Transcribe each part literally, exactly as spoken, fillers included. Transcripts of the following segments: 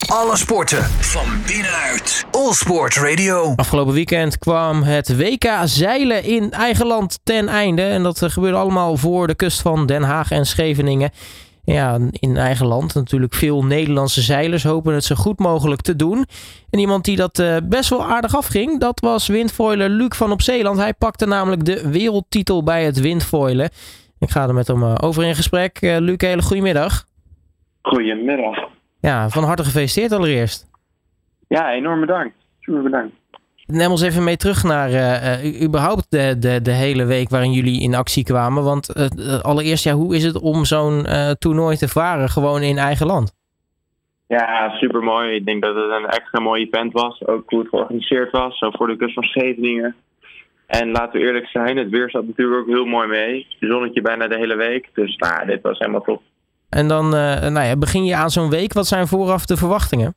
Alle sporten van binnenuit. All Sport Radio. Afgelopen weekend kwam het W K zeilen in eigen land ten einde. En dat gebeurde allemaal voor de kust van Den Haag en Scheveningen. Ja, in eigen land. Natuurlijk veel Nederlandse zeilers hopen het zo goed mogelijk te doen. En iemand die dat uh, best wel aardig afging, dat was windfoiler Luc van op Zeeland. Hij pakte namelijk de wereldtitel bij het windfoilen. Ik ga er met hem uh, over in gesprek. Uh, Luc, hele goedemiddag. Goedemiddag. Ja, van harte gefeliciteerd allereerst. Ja, enorm bedankt. Super bedankt. Neem ons even mee terug naar uh, uh, überhaupt de, de, de hele week waarin jullie in actie kwamen. Want uh, uh, allereerst, ja, hoe is het om zo'n uh, toernooi te varen gewoon in eigen land? Ja, super mooi. Ik denk dat het een extra mooi event was. Ook hoe het georganiseerd was, zo voor de kust van Scheveningen. En laten we eerlijk zijn, het weer zat natuurlijk ook heel mooi mee. Het zonnetje bijna de hele week. Dus nou, dit was helemaal top. En dan uh, nou ja, begin je aan zo'n week. Wat zijn vooraf de verwachtingen?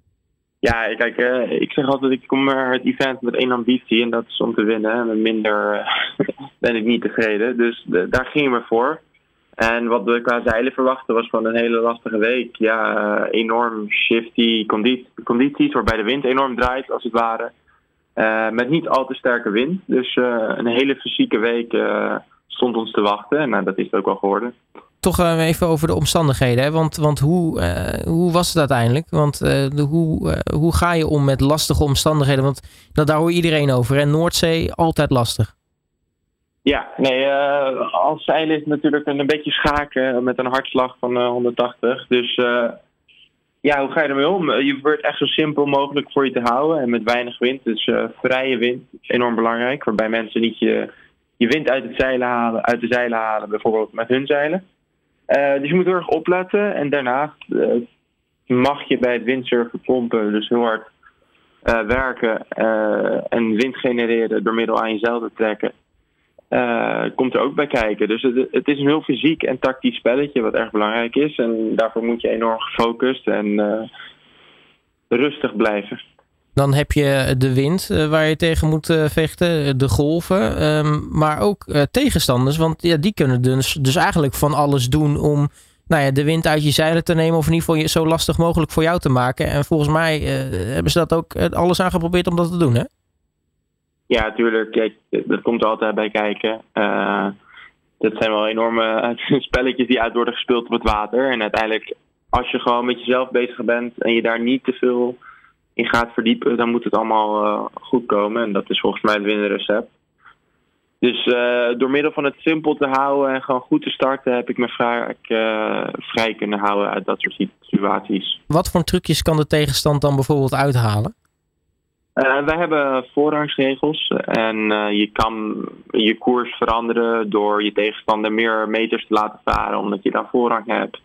Ja, kijk, uh, ik zeg altijd, ik kom naar het event met één ambitie en dat is om te winnen. En met minder uh, ben ik niet tevreden. Dus de, daar gingen we voor. En wat we qua zeilen verwachten was van een hele lastige week. Ja, uh, enorm shifty condi- condities waarbij de wind enorm draait als het ware. Uh, met niet al te sterke wind. Dus uh, een hele fysieke week uh, stond ons te wachten. En uh, dat is het ook wel geworden. Toch uh, even over de omstandigheden. Hè? Want, want hoe, uh, hoe was het uiteindelijk? Want uh, de, hoe, uh, hoe ga je om met lastige omstandigheden? Want dat, daar hoor je iedereen over. En Noordzee, altijd lastig. Ja, nee, uh, als zeilen is het natuurlijk een, een beetje schaken met een hartslag van uh, honderdtachtig. Dus uh, ja, hoe ga je ermee om? Je probeert echt zo simpel mogelijk voor je te houden. En met weinig wind, dus uh, vrije wind, enorm belangrijk. Waarbij mensen niet je, je wind uit, het zeilen halen, uit de zeilen halen, bijvoorbeeld met hun zeilen. Uh, dus je moet heel erg opletten. En daarnaast uh, mag je bij het windsurfen pompen, dus heel hard uh, werken uh, en wind genereren door middel aan je zeil te trekken. Uh, komt er ook bij kijken. Dus het, het is een heel fysiek en tactisch spelletje wat erg belangrijk is. En daarvoor moet je enorm gefocust en uh, rustig blijven. Dan heb je de wind uh, waar je tegen moet uh, vechten, de golven, um, maar ook uh, tegenstanders. Want ja, die kunnen dus, dus eigenlijk van alles doen om nou ja, de wind uit je zeilen te nemen of in ieder geval je zo lastig mogelijk voor jou te maken. En volgens mij uh, hebben ze dat ook uh, alles aan geprobeerd om dat te doen, hè? Ja, natuurlijk. Kijk, dat komt er altijd bij kijken. Uh, dat zijn wel enorme spelletjes die uit worden gespeeld op het water. En uiteindelijk, als je gewoon met jezelf bezig bent en je daar niet te veel in gaat verdiepen, dan moet het allemaal uh, goed komen. En dat is volgens mij het winnenrecept. Dus uh, door middel van het simpel te houden en gewoon goed te starten, heb ik me vrij, uh, vrij kunnen houden uit dat soort situaties. Wat voor trucjes kan de tegenstand dan bijvoorbeeld uithalen? Uh, wij hebben voorrangsregels en uh, je kan je koers veranderen door je tegenstander meer meters te laten varen omdat je dan voorrang hebt.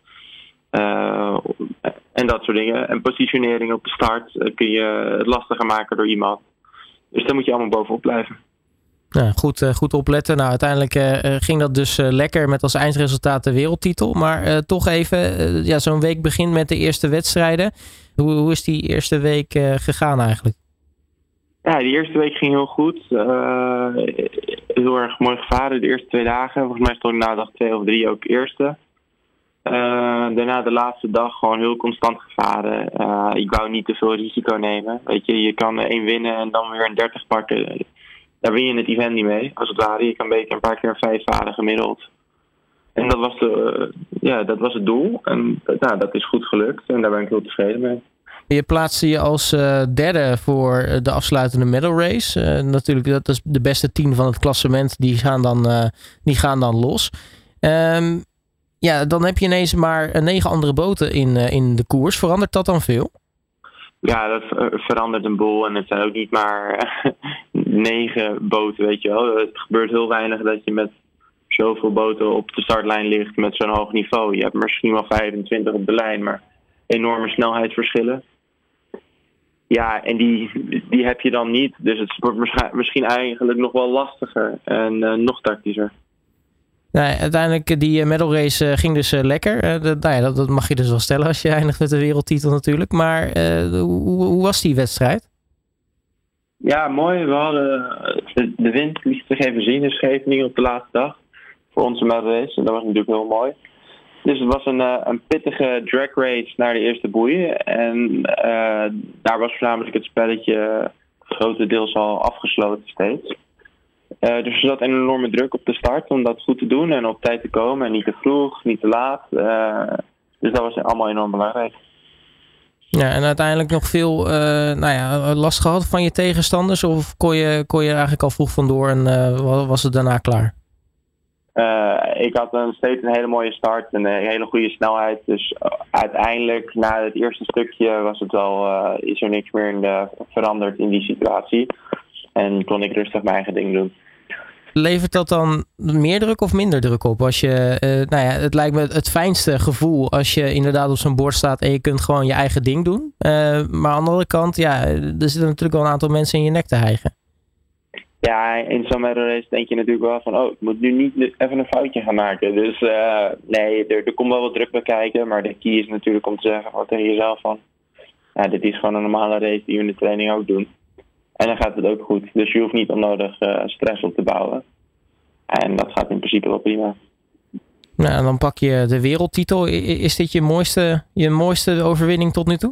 Uh, en dat soort dingen. En positionering op de start uh, kun je het lastiger maken door iemand. Dus daar moet je allemaal bovenop blijven. Nou, goed, uh, goed opletten. Nou, uiteindelijk uh, ging dat dus uh, lekker met als eindresultaat de wereldtitel. Maar uh, toch even, uh, ja, zo'n week begint met de eerste wedstrijden. Hoe, hoe is die eerste week uh, gegaan eigenlijk? Ja, die eerste week ging heel goed. Uh, heel erg mooi gevaren de eerste twee dagen. Volgens mij stond ik na dag twee of drie ook eerste. Uh, daarna de laatste dag gewoon heel constant gevaren. Uh, ik wou niet te veel risico nemen. Weet je, je kan één winnen en dan weer een dertig pakken. Daar win je het event niet mee, als het ware. Je kan beter een paar keer een vijf varen gemiddeld. En dat was, de, uh, ja, dat was het doel. En nou, dat is goed gelukt en daar ben ik heel tevreden mee. Je plaatste je als uh, derde voor de afsluitende medal race. Uh, natuurlijk, dat is de beste tien van het klassement. Die gaan dan, uh, die gaan dan los. Um, ja, dan heb je ineens maar negen andere boten in, uh, in de koers. Verandert dat dan veel? Ja, dat verandert een boel. En het zijn ook niet maar negen boten, weet je wel. Het gebeurt heel weinig dat je met zoveel boten op de startlijn ligt met zo'n hoog niveau. Je hebt misschien wel vijfentwintig op de lijn, maar enorme snelheidsverschillen. Ja, en die, die heb je dan niet. Dus het wordt misschien eigenlijk nog wel lastiger en uh, nog tactischer. Nou, uiteindelijk, die medal race uh, ging dus uh, lekker. Uh, dat, nou ja, dat, dat mag je dus wel stellen als je eindigt met de wereldtitel natuurlijk. Maar uh, hoe, hoe was die wedstrijd? Ja, mooi. We hadden de, de wind liet zich even zien in Scheveningen op de laatste dag. Voor onze medal race. En dat was natuurlijk heel mooi. Dus het was een, uh, een pittige drag race naar de eerste boei. En uh, daar was voornamelijk het spelletje grotendeels al afgesloten steeds. Uh, dus er zat een enorme druk op de start om dat goed te doen en op tijd te komen. En niet te vroeg, niet te laat. Uh, dus dat was allemaal enorm belangrijk. Ja, en uiteindelijk nog veel uh, nou ja, last gehad van je tegenstanders? Of kon je, kon je eigenlijk al vroeg vandoor en uh, was het daarna klaar? Uh, ik had een, steeds een hele mooie start en een hele goede snelheid. Dus uh, uiteindelijk, na het eerste stukje, was het wel, uh, is er niks meer in de, veranderd in die situatie. En kon ik rustig mijn eigen ding doen. Levert dat dan meer druk of minder druk op? Als je, uh, nou ja, het lijkt me het fijnste gevoel als je inderdaad op zo'n bord staat en je kunt gewoon je eigen ding doen. Uh, maar aan de andere kant, ja, er zitten natuurlijk wel een aantal mensen in je nek te hijgen. Ja, in zo'n medal race denk je natuurlijk wel van, oh, ik moet nu niet even een foutje gaan maken. Dus uh, nee, er, er komt wel wat druk bij kijken, maar de key is natuurlijk om te zeggen wat tegen jezelf van, ja, dit is gewoon een normale race die we in de training ook doen. En dan gaat het ook goed. Dus je hoeft niet onnodig uh, stress op te bouwen. En dat gaat in principe wel prima. Nou, en dan pak je de wereldtitel. Is dit je mooiste, je mooiste overwinning tot nu toe?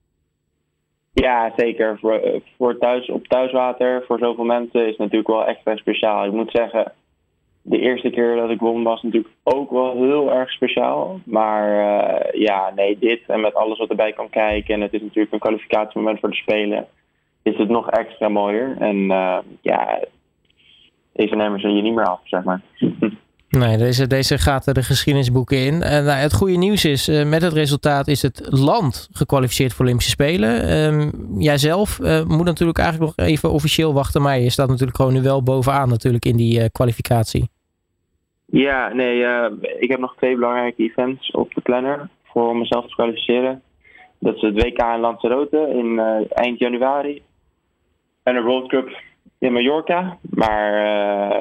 Ja, zeker. Voor, voor thuis, op thuiswater, voor zoveel mensen, is het natuurlijk wel extra speciaal. Ik moet zeggen, de eerste keer dat ik won was natuurlijk ook wel heel erg speciaal. Maar uh, ja, nee, dit en met alles wat erbij kan kijken. En het is natuurlijk een kwalificatiemoment voor de Spelen. Is het nog extra mooier. En uh, ja, deze nemen ze je niet meer af, zeg maar. Nee, deze, deze gaat de geschiedenisboeken in. Uh, nou, het goede nieuws is, uh, met het resultaat is het land gekwalificeerd voor Olympische Spelen. Um, jijzelf uh, moet natuurlijk eigenlijk nog even officieel wachten. Maar je staat natuurlijk gewoon nu wel bovenaan natuurlijk in die uh, kwalificatie. Ja, nee, uh, ik heb nog twee belangrijke events op de planner voor om mezelf te kwalificeren. Dat is het W K in Lanzarote in uh, eind januari. En een World Cup in Mallorca. Maar uh,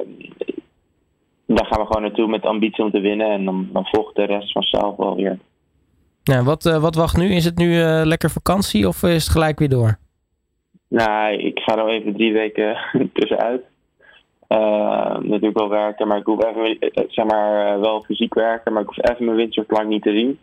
daar gaan we gewoon naartoe met de ambitie om te winnen. En dan, dan volgt de rest vanzelf wel weer. Ja, wat, uh, wat wacht nu? Is het nu uh, lekker vakantie of is het gelijk weer door? Nou, ik ga er even drie weken tussenuit. Uh, natuurlijk wel werken, maar ik hoef even, zeg maar, uh, wel fysiek werken. Maar ik hoef even mijn windsurfplank niet te zien.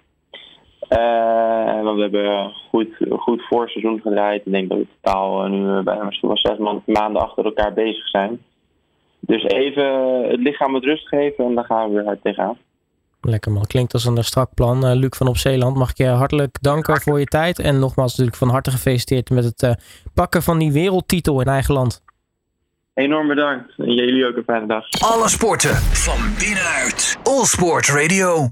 Uh, want we hebben goed, goed voorseizoen gedraaid. Ik denk dat we totaal uh, nu bijna misschien wel zes maanden achter elkaar bezig zijn. Dus even het lichaam wat rust geven en dan gaan we weer hard tegenaan. Lekker man, klinkt als een strak plan. Uh, Luc van Op Zeeland, mag ik je hartelijk danken voor je tijd. En nogmaals natuurlijk van harte gefeliciteerd met het uh, pakken van die wereldtitel in eigen land. Enorm bedankt. En jullie ook een fijne dag. Alle sporten van binnenuit. All Sport Radio.